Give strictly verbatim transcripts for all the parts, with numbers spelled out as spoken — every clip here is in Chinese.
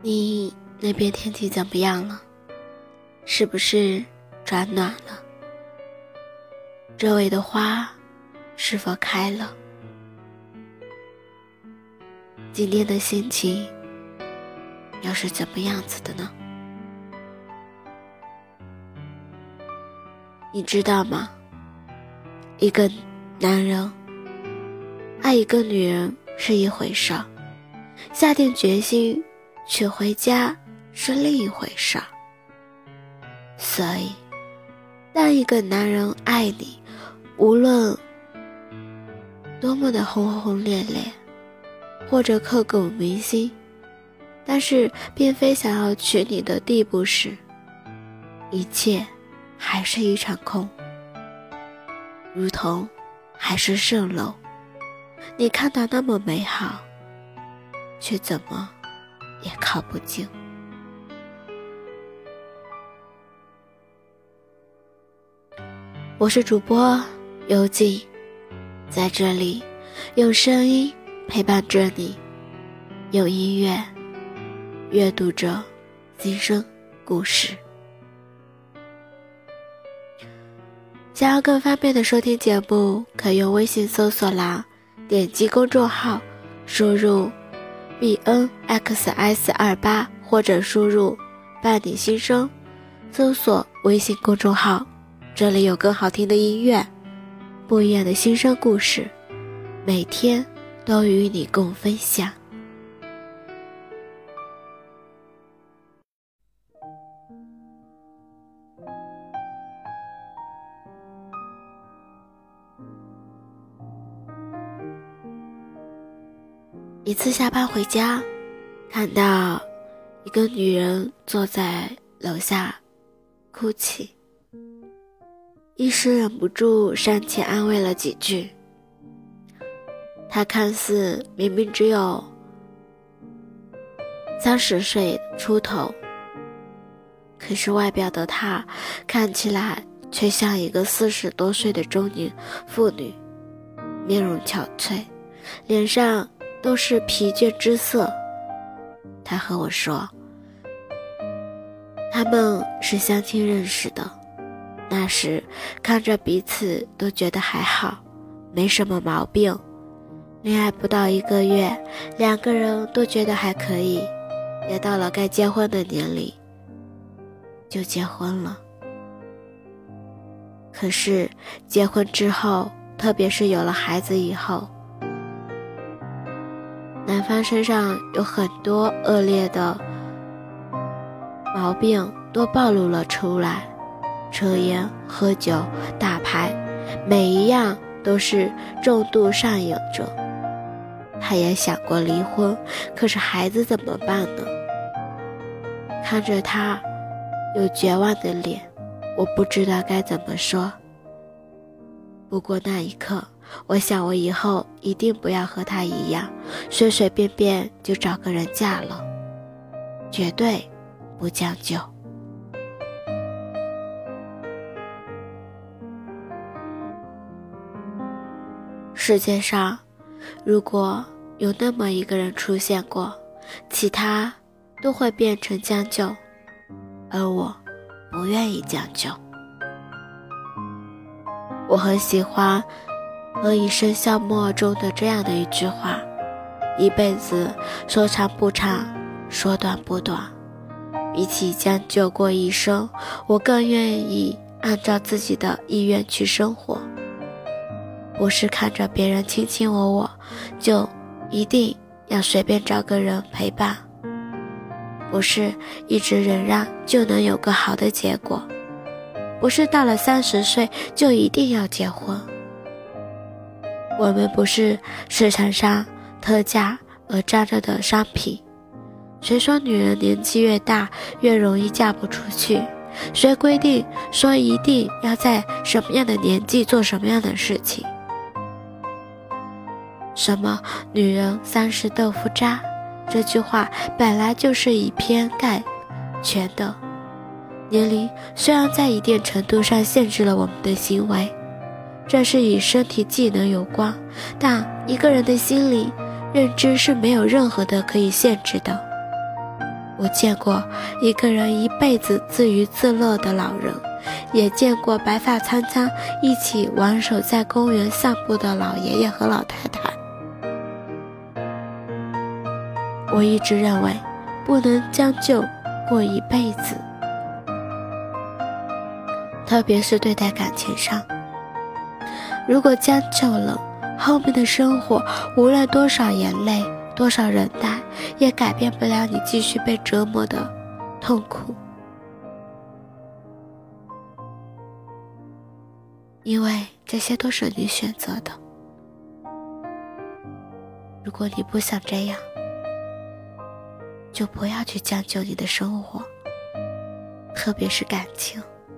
你那边天气怎么样了？是不是转暖了？周围的花是否开了？今天的心情又是怎么样子的呢？你知道吗？一个男人爱一个女人是一回事，下定决心娶回家是另一回事。所以当一个男人爱你，无论多么的轰轰烈烈或者刻骨铭心，但是并非想要娶你的地步时，一切还是一场空，如同海市蜃楼，你看到那么美好，却怎么也靠不近。我是主播幽静，在这里用声音陪伴着你，用音乐阅读着今生故事。想要更方便的收听节目，可用微信搜索栏点击公众号，输入 B N X S 二八 或者输入伴你心声，搜索微信公众号，这里有更好听的音乐，不一样的心声故事，每天都与你共分享。一次下班回家，看到一个女人坐在楼下哭泣，一时忍不住上前安慰了几句。她看似明明只有三十岁出头，可是外表的她看起来却像一个四十多岁的中年妇女，面容憔悴，脸上都是疲倦之色。他和我说，他们是相亲认识的，那时看着彼此都觉得还好，没什么毛病，恋爱不到一个月，两个人都觉得还可以，也到了该结婚的年龄，就结婚了。可是结婚之后，特别是有了孩子以后，男方身上有很多恶劣的毛病都暴露了出来，抽烟、喝酒、打牌，每一样都是重度上瘾着。他也想过离婚，可是孩子怎么办呢？看着他有绝望的脸，我不知道该怎么说。不过那一刻，我想我以后一定不要和他一样，随随便便就找个人嫁了，绝对不将就。世界上如果有那么一个人出现过，其他都会变成将就，而我不愿意将就。我很喜欢何以笙箫默中的这样的一句话，一辈子说长不长，说短不短，比起将就过一生，我更愿意按照自己的意愿去生活。不是看着别人卿卿我我，就一定要随便找个人陪伴，不是一直忍让就能有个好的结果，不是到了三十岁就一定要结婚。我们不是市场上特价而站着的商品，谁说女人年纪越大越容易嫁不出去？谁规定说一定要在什么样的年纪做什么样的事情？什么女人三十豆腐渣，这句话本来就是以偏概全的。年龄虽然在一定程度上限制了我们的行为，这是与身体技能有关，但一个人的心理认知是没有任何的可以限制的。 我见过一个人一辈子自娱自乐的老人，也见过白发苍苍一起玩手在公园散步的老爷爷和老太太。我一直认为不能将就过一辈子，特别是对待感情上。如果将就了，后面的生活无论多少眼泪，多少忍耐，也改变不了你继续被折磨的痛苦。因为这些都是你选择的。如果你不想这样，就不要去将就你的生活，特别是感情。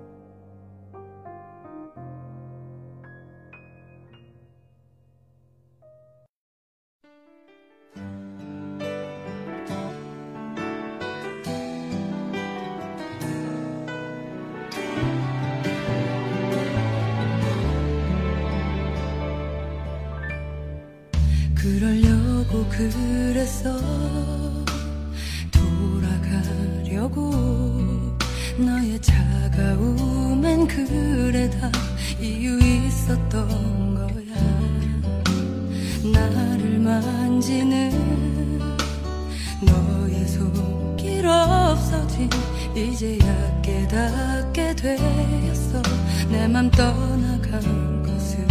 이제야 깨닫게 되었어 내 맘 떠나간 것을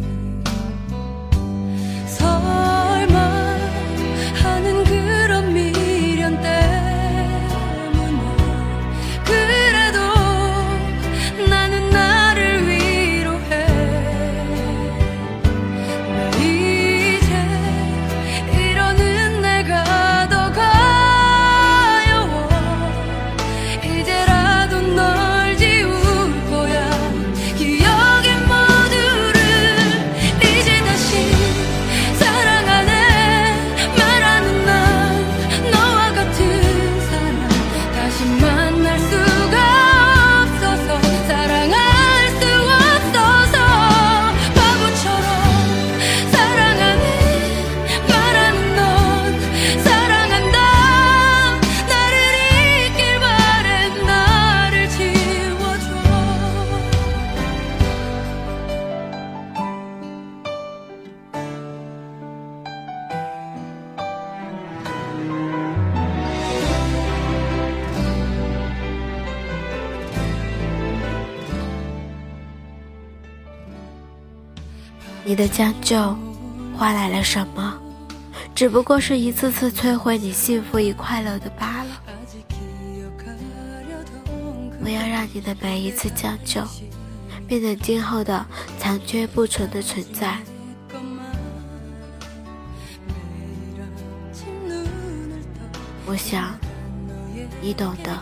설마 하는 그런 미련 때문에 그래도 나는 나를 위로해 나 이제 이러는 내가 더 가여워 이제라도 널 지울 거야 기억의 모두를 이제 다시 사랑하네 말하는 난 너와 같은 사람 다시 만날 수가 없어서 사랑할 수 없어서 바보처럼 사랑하네 말하는 넌 사랑한다 나를 잊길 바래 나를 지워줘 你的将就换来了什么？只不过是一次次摧毁你幸福与快乐的罢了。不要让你的每一次将就变成今后的残缺不存的存在。我想你懂的。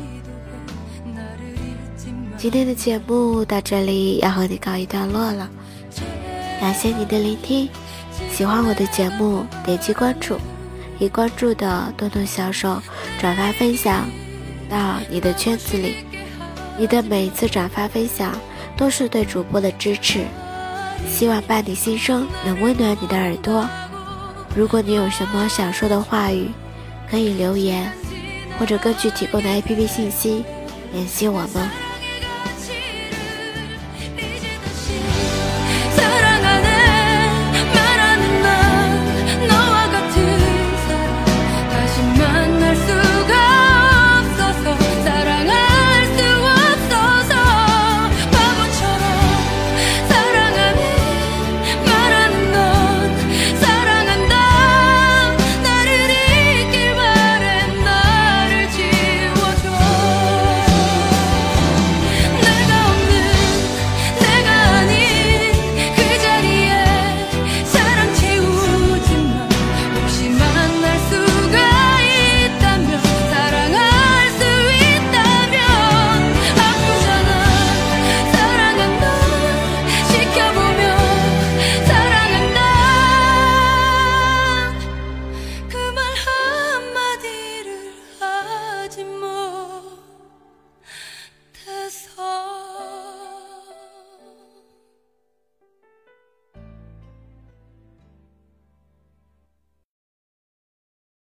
今天的节目到这里要和你告一段落了，感谢你的聆听。喜欢我的节目，点击关注，已关注的动动小手转发分享到你的圈子里。你的每一次转发分享都是对主播的支持，希望伴你心声能温暖你的耳朵。如果你有什么想说的话语，可以留言，或者根据提供的 A P P 信息联系我们。